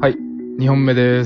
はい。2本目です。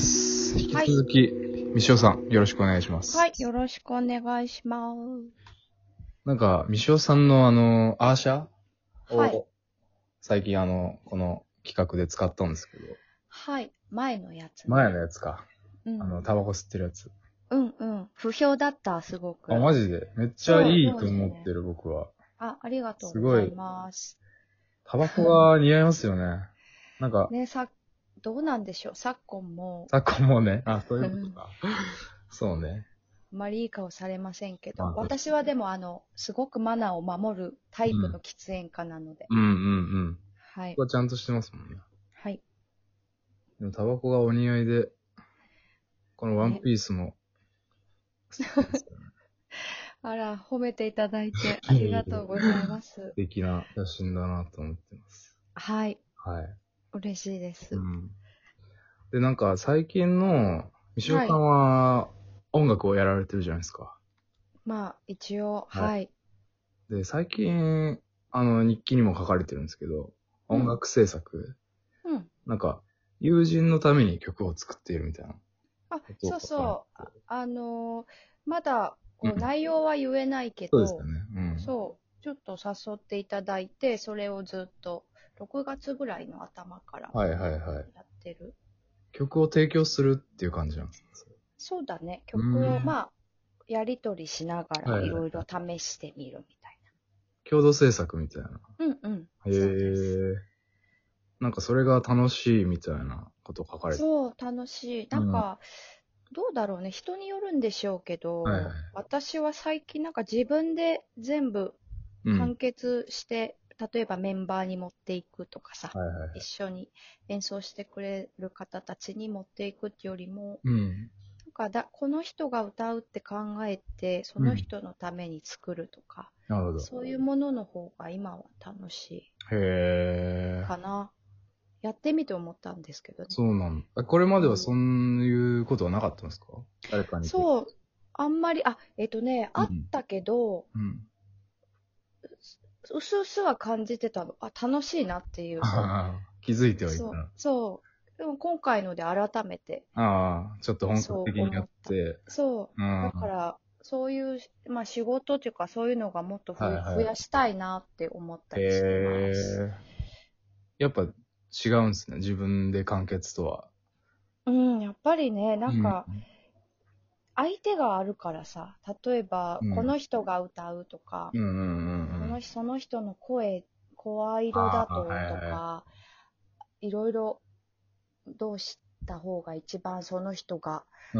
引き続き、みしおさん、よろしくお願いします。 はい、よろしくお願いします。 なんか、みしおさんのアーシャはい。 を、最近この企画で使ったんですけど、 はい。前のやつね。 前のやつか。 うん。 タバコ吸ってるやつ。 うんうん。不評だった、すごあ、 く。 マジでめっちゃそう、 いいと当時ね。 思ってる、僕は。 ありがとうございすごい、 ます。 タバコが似合いますよね。なんか、 ね、どうなんでしょう。昨今も、 昨今もね、あ、そういうことうんか。そうね。 あまりいい顔されませんけど、 まあ、確か私はでもすごくマナーを守るタに。 イプの喫煙家なので。 うん。うんうんうん。 はい。 ここはちゃんとしてますもんね。 はい。 でもタバコがお似合いで、このワンね。 ピースも素敵ですよね。 あら、褒めていただいてあいえりがいえ、 とうございます。 素敵な写真だなと思ってます。 はい。 はい。 嬉しいです。 うん。で、なんか最近の、西尾さんはい。 は音楽をやられてるじゃないですか。 まあ、一応、 はい。 はい。 で、最近、日記にも書かれてるんですけど、 うん。 音楽制作、 うん。 なんか、友人のために曲を作っているみたいなことをそう書かれてそう。 て。 まだ、 うん。 内容は言えないけど、 そうですよね。うん。 そう、ちょっと誘っていただいて、それをずっと、6月ぐらいの頭からはいはいはい。 やってる。 曲を提供するっていう感じなんですか？ そうだね。 うー曲を、 ん。 やりとりしながら、 はいはい。 いろいろ試してみるみたい共同制作みたいな。 な。うんうん。 へそうです。 え。なんかそれが楽しいみたいなこと書かれて。 そう、楽しい。 うん。はどうだろうね。人によるんでしょうけいはい。 ど、私は最近自分で全部うん。 完結して、例えばメンバーに持っていくとかさ、 はいはいはい。 一緒に演奏してくれる方たちに持っていくっていうよりも、 うん。 この人が歌うって考えて、そうん。 の人のために作るとか、 なるほど。 そういうものの方が今は楽しいへえ。 かな。やってみて思ったんですけどね。 そうなんだ。これまではうん。 そういうことはなかったんですか？誰かにそう、あんまり、あっうん。 たけど、 うん。 うすうすは感じてたの。楽しいなっていう。 ああ、気づいてはいそう、 た。 そう。でも今回ので改めて、 ああ、ちょっと本格そう的にやっ思った。 て。 そう。 うん。はだから、そういう、仕事っていうか、そういうのがもっと増いはやしたいなって思っい。へたりしてます。 え。やっぱ違うんですね。自分で完結とは。 うん、やっぱりね、 うん。 相手があるからさ、例えば、 うん。 この人が歌うとか、 うんうんうんうん。 その人の声色ああ、 だとはいはい。 とか、いろいろどうした方が一番その人がうん。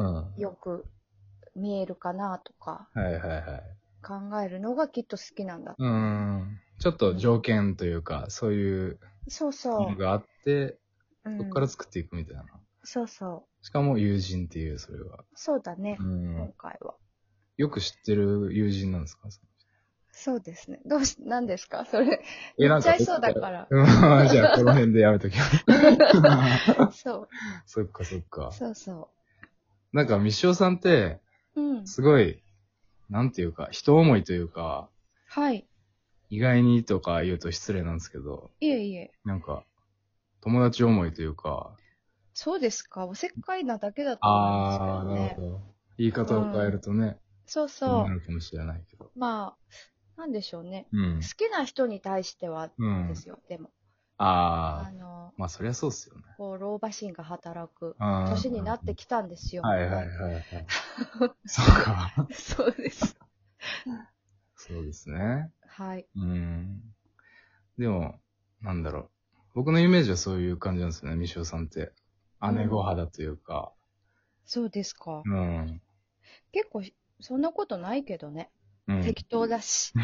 よく見えるかなとかはいはいはい。 考えるのがきっと好きなんだうと思ん。ちょっう。うとん、 条件というか、そういうそうそものがあって、 う。うそこからん。 作っていくみたいな。 そうそう。 しかも友人っていう、それは。 そうだね。 うん。 今回は。 よく知ってる友人なんですか？ そうですね。何ですかそれ。 え、 言っなんかどっか、 ちゃいそうだから。 うんじゃあこの辺でやめときます。 そう。 そっかそっか。 そうそなんか、みしおさんって、 う。うん。 すごい、なんていうか、人思いというか、 はい。 意外にとか言うと失礼なんですけど、 いえいえ。 なんか、友達思いというか、 そうですか。おせっかいなだけだと思いますけあー、なるどね。 ほど。言いう方を変えるん。 とね、 そうそうなそるかもしれないけど。 う。なんでしょうね。 うん。 好きな人に対してはうん。 ですよ。でも、 あー、 あの、 まあそりゃそうっすよね。 老婆心が働くあ年になってきたんですよ、 ー、はいはいもうね。 はいはい。そうか。 そうです。 そうですね。 はい。 うん。でも、なんだろう。僕のイメージはそういう感じなんですよね、みしおさんって。姉御うん。 肌というか。 そうですか。 うん。 結構、そんなことないけどね。 うん。 適当だし。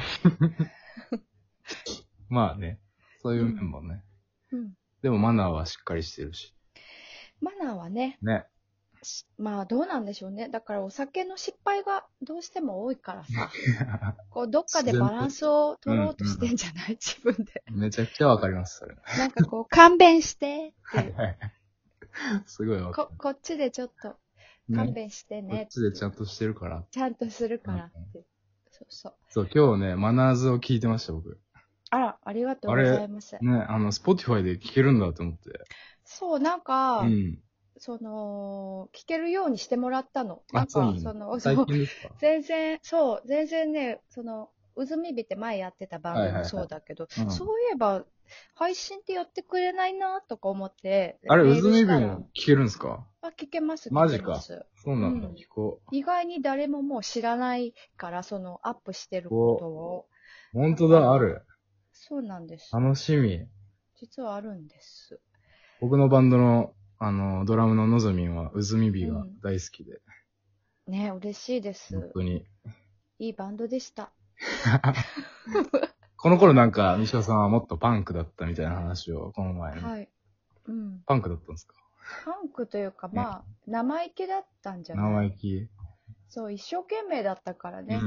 まあね。そういううん。 面もね。 うん。 でもマナーはしっかりしてるし。 マナーはね、 ね。 どうなんでしょうね。だからお酒の失敗がどうしても多いからさ。どっかでバラ自然と。 ンスを取ろうとしてうんうんんじゃない自分で。 うん。めちゃくちゃわかります、それ。 勘弁してっていう。 はいはい。すごいわかる。 こっちでちょっと勘ね。 弁してこっねっていう。 ちでちゃんとしてるから。 ちゃんとするうんうん、 からって。そうそう。 そう、今日ね、マナーズを聞いてました、僕。 あら、ありがとうござあれ、 います。 ね、スポティファイで聞けるんだと思って。 そう、なんか、 うん。 聞けるようにしてもらったの。なんか、 そうなんだ。最近ですか？ 全然ね、渦みびって前やってたバンドもそうだけど、 うん。 そういえば、配信ってやってくれないなとか思って、 あれ、 メー渦みびルしたら、 も聞けるんですか？ あ、聞けます、聞マジか。 けます。 そうなんだ。 うん。 聞こう。 意外に誰ももう知らないから、アップしてることを、 本当だ、あね、 る。 そうなんです。 楽しみ。 実はあるんです。 僕のバンドの、ドラムののぞみんは、渦みびがうん。 大好きで。 ね、嬉しいで本す。 当に。 いいバンドでした。 この頃なんか、西尾さんはもっとパンクだったみたいな話を、この前に。 はい。うん。 パンクだったんですか？ パンクというか、 ね。 まあ、生意気だったんじゃ生ない？ 意気。 そう、一生懸命だったからね。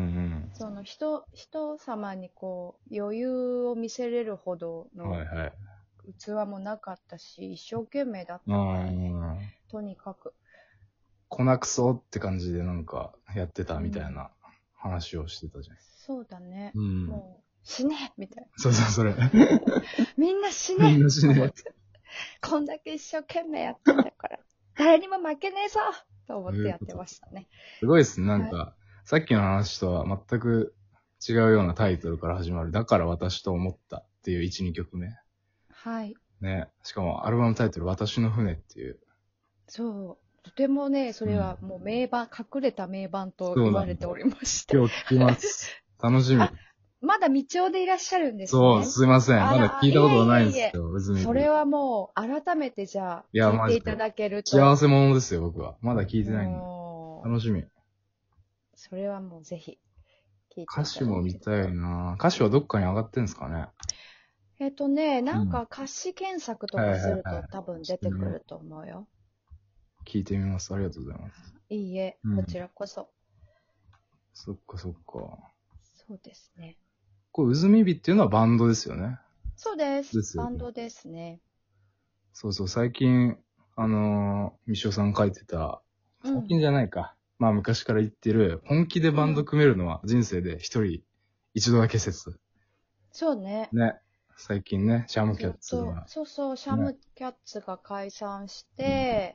人様に余裕を見せれるほどのはいはい。 器もなかったし、一生懸命だっうたからね。 ん。 とにかく。 粉くそって感じでなんか、やってたみたいうんな話をしてたじゃん。 そうだね。 うん。 もう、死ねみたいな。 そうそう、それ。 みんな死みんねな死ね。 こんだけ一生懸命やってんだから。誰にも負けねえぞと思ってやってましたね。 すごいですね。なんはか、さっきの話とは全く違うようなタイトルから始まる。だから私と思ったっていう1、2曲目。 はい。 ね。しかもアルバムタイトル、私の船っていう。 そう。とてもね、それはもう名盤、隠れた名盤と言われておりまして。 今日聞きます。楽しみ。 あ、まだ道夫でいらっしゃるんですそう、 ね。 すいません。まあらだ聞いたことがないんですいえいえいえよ、うずみそれはもう、改めてじゃあ、 いや、マジで。 聞いていただけると。 幸せ者ですよ、僕は。まだ聞いてないんで。 もう、 楽しみ。 それはもうぜひ、聞いていた歌だけ詞も見たいな。歌詞はどっかに上がってんですかね？ なんか歌詞検索とかするはいはいはいと多分出てくると思うよ。 聞いてみます。ありがとうございます。 いいえ、 うんこちらこそ。 そっかそっか。 そうですね。 これ、渦みびっていうのはバンドですよね。 そうです。 ですよねバンドですね。 そうそう、最近、みしおさん書いてた、 うん最近じゃないか。まあ昔から言ってる、本気でバンド組めるのは人生で一度だけ説。 そうね。 ね。最近ね、シャムキャッツそうが。 そうそう、シャムキャッツが解散して、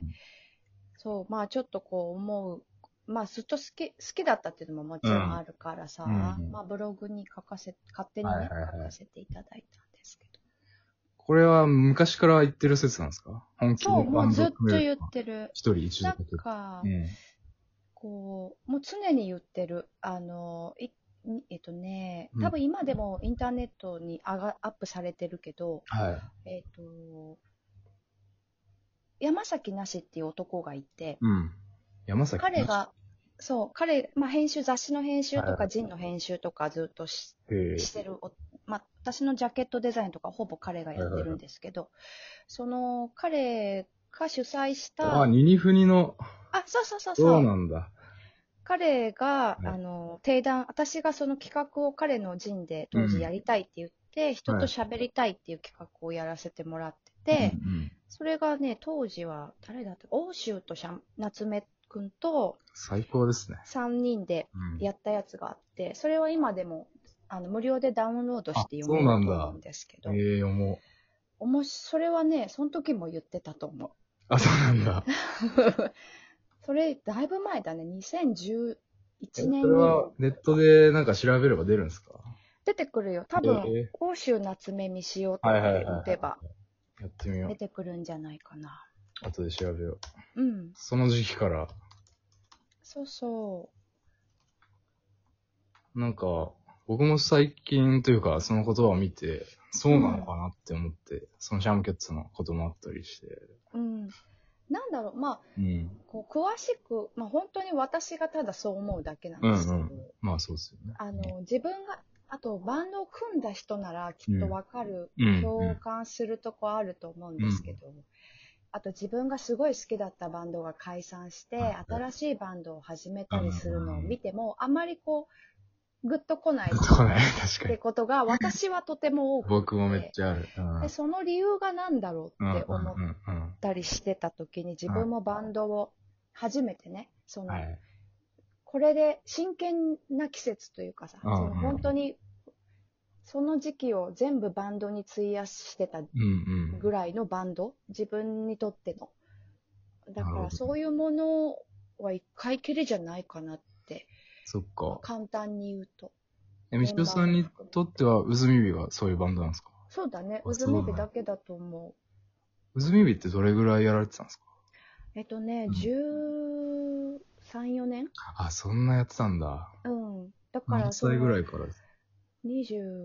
そう、まあちょっと思う。まあずっと好きだったっていうのももちろんあるからさ、 うんまあブログに勝手にね、 はいはいはい書かせていただいたんですけど。 これは昔から言ってる説なんですか？本気そう、 でバンもうずっとド組める言ってる。 一人一度なんだけ。 か、 うん。 もう常に言ってる。多分今でもインターネットにアップされてるけど、 はい。 山崎なしっていう男がいて、 うん。山崎まあ雑誌の編集とはいかジンの編集とかずっとへえ。 してる、まあ私のジャケットデザインとかほぼ彼がやってるんですけど、その彼が主催したあ、ニニフニの、 そうそうそうそそう。 うなんだ。 彼が、 はい私がその企画を彼の陣で当時やりたいって言って、人と喋りたいっていう企画をやらせてもらってて、それがね、当時は誰だった欧州と夏目くんと最高ですね。 3人でやったやつがあって、それは今でも無料でダウンロードして読めると思うんですけど、それはね、その時も言ってたと思う。 あ、そうなんだ。 それ、だいぶ前だね。2011年に。 それはネットでなんか調べれば出るんですか？ 出てくるよ。多分、欧州夏目みしおとかで打てば、 やってみよう。 出てくるんじゃないかな。 後で調べよう。 うん。 その時期から。 そうそなんか、僕も最近というか、その言葉を見て、そうなのかなって思って、そのシャムキャッツのこともあったりして。 うん。なんだろう、まあ、 うん。 詳しく、まあ本当に私がただそう思うだけなんですけど、 まあそうですよね。 自分が、あとバンドを組んだ人ならきっとわかる、共感するとこあると思うんですけど、あと自分がすごい好きだったバンドが解散して、新しいバンドを始めたりするのを見ても、あまりグッと来ないってことが私はとても多くて。 僕もめっちゃある。 で、その理由が何だろうって思ったりしてた時に、自分もバンドを初めてね、これで真剣な季節というかさ、本当にその時期を全部バンドに費やしてたぐらいのバンド、自分にとっての。だからそういうものは一回きりじゃないかなって。 そっか。 簡単に言うと。 みちおさんにとっては、うずみびがそういうバンドなんですか？ そうだね。うずみびだけだと思う。 うずみびってどれぐらいやられてたんですか ？13、4年？ あ、そんなやってたんだ。 うん。だから何歳ぐらいからですか ？20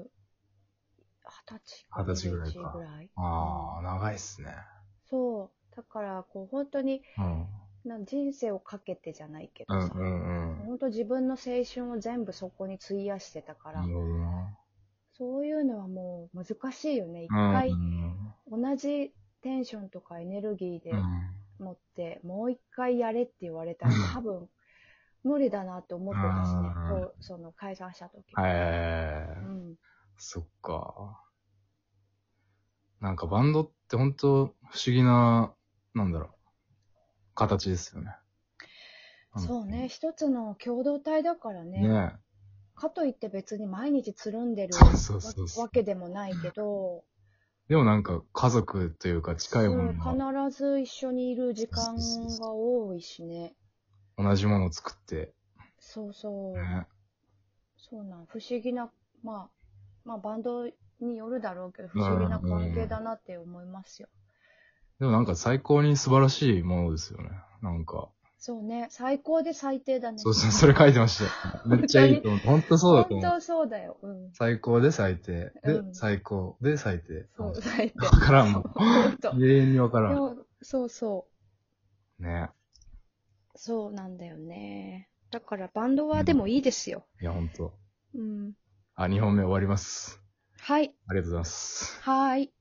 歳ぐらいか。 ああ、長いっすね。 そう。だから、本当に、人生をかけてじゃないけどさ、本当自分の青春を全部そこに費やしてたから、そういうのはもう難しいよね。一回、同じテンションとかエネルギーで持って、もう一回やれって言われたら多分無理だなって思ってたしね。その解散した時そっか。なんかバンドって本当不思議な、形ですよね。 そうね。一つの共同体だからね。かといって別に毎日つるんでるわけでもないけど。 でもなんか家族というか近いものが必ず一緒にいる時間が多いしね。 同じものを作って。 そうそう。そうなん。不思議な、まあバンドによるだろうけど、不思議な関係だなって思いますよ。 でもなんか最高に素晴らしいものですよね。なんか。 そうね。最高で最低だね。 そう、それ書いてました。めっちゃいいと思う。本当そうだと思う。 本当そうだよ。 最高で最低。で、最高で最低。 そう、最低。 わからんもん。永遠にわからん。 そうそう。 ね。 そうなんだよね。だからバンドはでもいいですよ。 いや、ほんと。 うん。 2本目終わります。 はい。 ありがとうございます。 はい。